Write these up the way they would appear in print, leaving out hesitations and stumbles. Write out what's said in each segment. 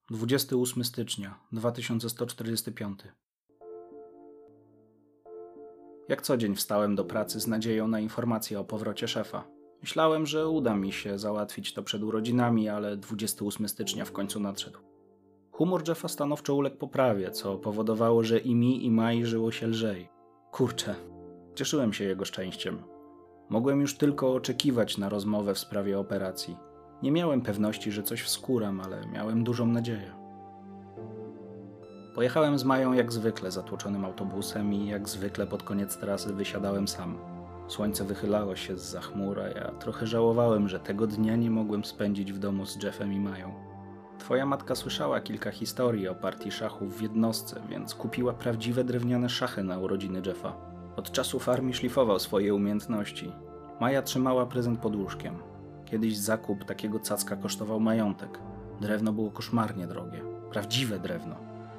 28 stycznia 2145. Jak co dzień wstałem do pracy z nadzieją na informację o powrocie szefa. Myślałem, że uda mi się załatwić to przed urodzinami, ale 28 stycznia w końcu nadszedł. Humor Jeffa stanowczo uległ poprawie, co powodowało, że i mi, i Mai żyło się lżej. Kurczę, cieszyłem się jego szczęściem. Mogłem już tylko oczekiwać na rozmowę w sprawie operacji. Nie miałem pewności, że coś wskóram, ale miałem dużą nadzieję. Pojechałem z Mają jak zwykle zatłoczonym autobusem i jak zwykle pod koniec trasy wysiadałem sam. Słońce wychylało się zza chmur, a ja trochę żałowałem, że tego dnia nie mogłem spędzić w domu z Jeffem i Mają. Twoja matka słyszała kilka historii o partii szachów w jednostce, więc kupiła prawdziwe drewniane szachy na urodziny Jeffa. Od czasów armii szlifował swoje umiejętności. Maja trzymała prezent pod łóżkiem. Kiedyś zakup takiego cacka kosztował majątek. Drewno było koszmarnie drogie. Prawdziwe drewno.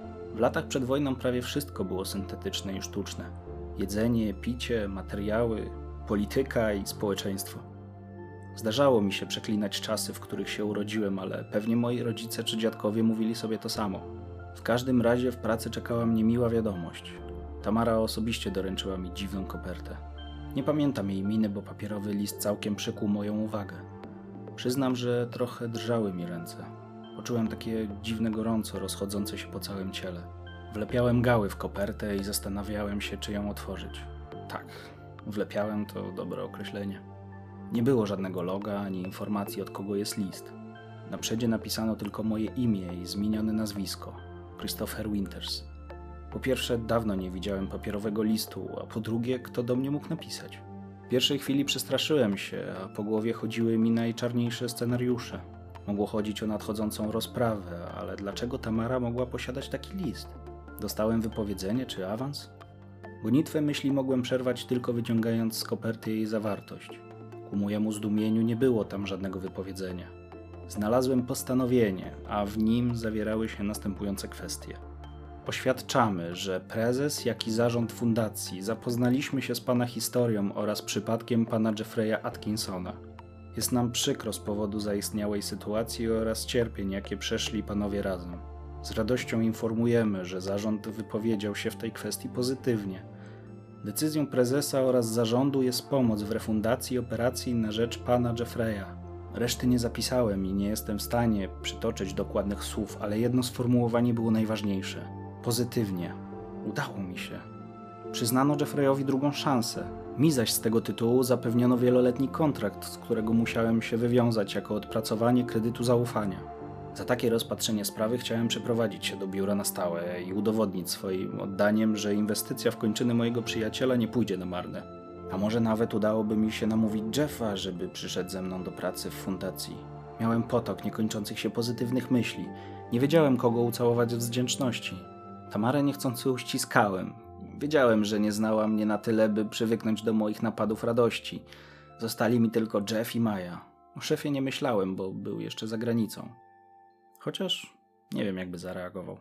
W latach przed wojną prawie wszystko było syntetyczne i sztuczne. Jedzenie, picie, materiały, polityka i społeczeństwo. Zdarzało mi się przeklinać czasy, w których się urodziłem, ale pewnie moi rodzice czy dziadkowie mówili sobie to samo. W każdym razie w pracy czekała mnie miła wiadomość. Tamara osobiście doręczyła mi dziwną kopertę. Nie pamiętam jej miny, bo papierowy list całkiem przykuł moją uwagę. Przyznam, że trochę drżały mi ręce. Poczułem takie dziwne gorąco rozchodzące się po całym ciele. Wlepiałem gały w kopertę i zastanawiałem się, czy ją otworzyć. Tak, wlepiałem to dobre określenie. Nie było żadnego loga ani informacji, od kogo jest list. Na przedzie napisano tylko moje imię i zmienione nazwisko. Christopher Winters. Po pierwsze, dawno nie widziałem papierowego listu, a po drugie, kto do mnie mógł napisać? W pierwszej chwili przestraszyłem się, a po głowie chodziły mi najczarniejsze scenariusze. Mogło chodzić o nadchodzącą rozprawę, ale dlaczego Tamara mogła posiadać taki list? Dostałem wypowiedzenie czy awans? Gonitwę myśli mogłem przerwać tylko wyciągając z koperty jej zawartość. Ku mojemu zdumieniu nie było tam żadnego wypowiedzenia. Znalazłem postanowienie, a w nim zawierały się następujące kwestie. Oświadczamy, że prezes, jak i zarząd fundacji zapoznaliśmy się z pana historią oraz przypadkiem pana Jeffreya Atkinsona. Jest nam przykro z powodu zaistniałej sytuacji oraz cierpień, jakie przeszli panowie razem. Z radością informujemy, że zarząd wypowiedział się w tej kwestii pozytywnie. Decyzją prezesa oraz zarządu jest pomoc w refundacji operacji na rzecz pana Jeffreya. Reszty nie zapisałem i nie jestem w stanie przytoczyć dokładnych słów, ale jedno sformułowanie było najważniejsze. Pozytywnie. Udało mi się. Przyznano Jeffreyowi drugą szansę. Mi zaś z tego tytułu zapewniono wieloletni kontrakt, z którego musiałem się wywiązać jako odpracowanie kredytu zaufania. Za takie rozpatrzenie sprawy chciałem przeprowadzić się do biura na stałe i udowodnić swoim oddaniem, że inwestycja w kończyny mojego przyjaciela nie pójdzie na marne. A może nawet udałoby mi się namówić Jeffa, żeby przyszedł ze mną do pracy w fundacji. Miałem potok niekończących się pozytywnych myśli. Nie wiedziałem, kogo ucałować z wdzięczności. Tamarę niechcący uściskałem. Wiedziałem, że nie znała mnie na tyle, by przywyknąć do moich napadów radości. Zostali mi tylko Jeff i Maja. O szefie nie myślałem, bo był jeszcze za granicą. Chociaż nie wiem, jakby zareagował.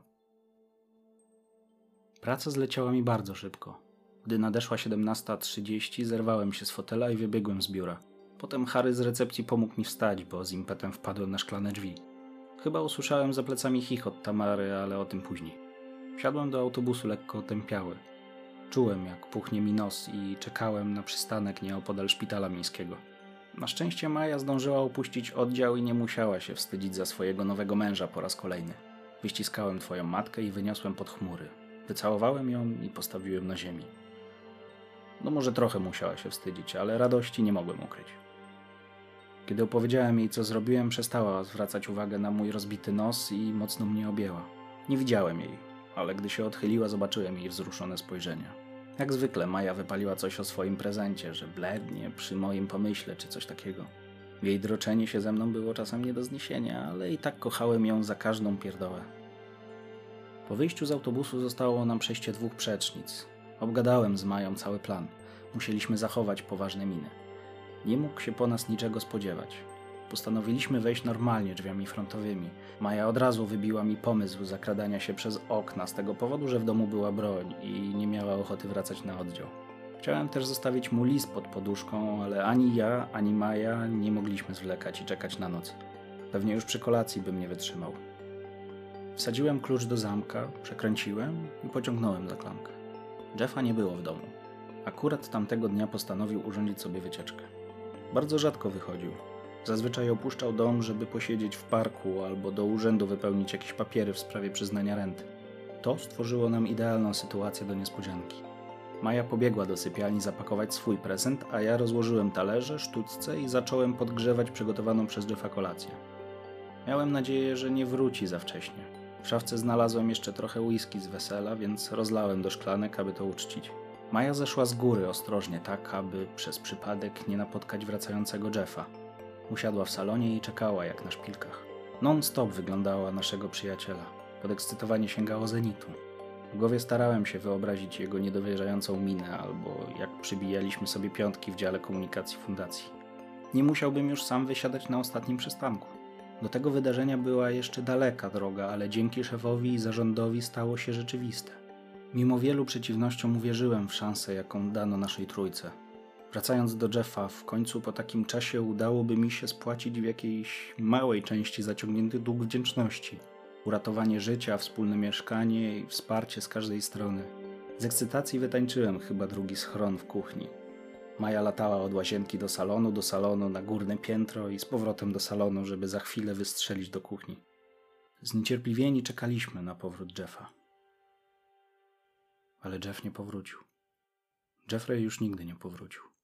Praca zleciała mi bardzo szybko. Gdy nadeszła 17:30, zerwałem się z fotela i wybiegłem z biura. Potem Harry z recepcji pomógł mi wstać, bo z impetem wpadłem na szklane drzwi. Chyba usłyszałem za plecami chichot Tamary, ale o tym później. Wsiadłem do autobusu lekko otępiały. Czułem, jak puchnie mi nos i czekałem na przystanek nieopodal szpitala miejskiego. Na szczęście Maja zdążyła opuścić oddział i nie musiała się wstydzić za swojego nowego męża po raz kolejny. Wyściskałem twoją matkę i wyniosłem pod chmury. Wycałowałem ją i postawiłem na ziemi. No może trochę musiała się wstydzić, ale radości nie mogłem ukryć. Kiedy opowiedziałem jej, co zrobiłem, przestała zwracać uwagę na mój rozbity nos i mocno mnie objęła. Nie widziałem jej, ale gdy się odchyliła, zobaczyłem jej wzruszone spojrzenie. Jak zwykle Maja wypaliła coś o swoim prezencie, że blednie przy moim pomyśle czy coś takiego. Jej droczenie się ze mną było czasem nie do zniesienia, ale i tak kochałem ją za każdą pierdołę. Po wyjściu z autobusu zostało nam przejście 2 przecznic. Obgadałem z Mają cały plan. Musieliśmy zachować poważne miny. Nie mógł się po nas niczego spodziewać. Postanowiliśmy wejść normalnie drzwiami frontowymi. Maja od razu wybiła mi pomysł zakradania się przez okna z tego powodu, że w domu była broń i nie miała ochoty wracać na oddział. Chciałem też zostawić mu list pod poduszką, ale ani ja, ani Maja nie mogliśmy zwlekać i czekać na noc. Pewnie już przy kolacji bym nie wytrzymał. Wsadziłem klucz do zamka, przekręciłem i pociągnąłem za klamkę. Jeffa nie było w domu. Akurat tamtego dnia postanowił urządzić sobie wycieczkę. Bardzo rzadko wychodził. Zazwyczaj opuszczał dom, żeby posiedzieć w parku albo do urzędu wypełnić jakieś papiery w sprawie przyznania renty. To stworzyło nam idealną sytuację do niespodzianki. Maja pobiegła do sypialni zapakować swój prezent, a ja rozłożyłem talerze, sztućce i zacząłem podgrzewać przygotowaną przez Jeffa kolację. Miałem nadzieję, że nie wróci za wcześnie. W szafce znalazłem jeszcze trochę whisky z wesela, więc rozlałem do szklanek, aby to uczcić. Maja zeszła z góry ostrożnie, tak aby przez przypadek nie napotkać wracającego Jeffa. Usiadła w salonie i czekała jak na szpilkach. Non-stop wyglądała naszego przyjaciela. Podekscytowanie sięgało zenitu. W głowie starałem się wyobrazić jego niedowierzającą minę, albo jak przybijaliśmy sobie piątki w dziale komunikacji fundacji. Nie musiałbym już sam wysiadać na ostatnim przystanku. Do tego wydarzenia była jeszcze daleka droga, ale dzięki szefowi i zarządowi stało się rzeczywiste. Mimo wielu przeciwnościom uwierzyłem w szansę, jaką dano naszej trójce. Wracając do Jeffa, w końcu po takim czasie udałoby mi się spłacić w jakiejś małej części zaciągnięty dług wdzięczności. Uratowanie życia, wspólne mieszkanie i wsparcie z każdej strony. Z ekscytacji wytańczyłem chyba drugi schron w kuchni. Maja latała od łazienki do salonu, na górne piętro i z powrotem do salonu, żeby za chwilę wystrzelić do kuchni. Zniecierpliwieni czekaliśmy na powrót Jeffa. Ale Jeff nie powrócił. Jeffrey już nigdy nie powrócił.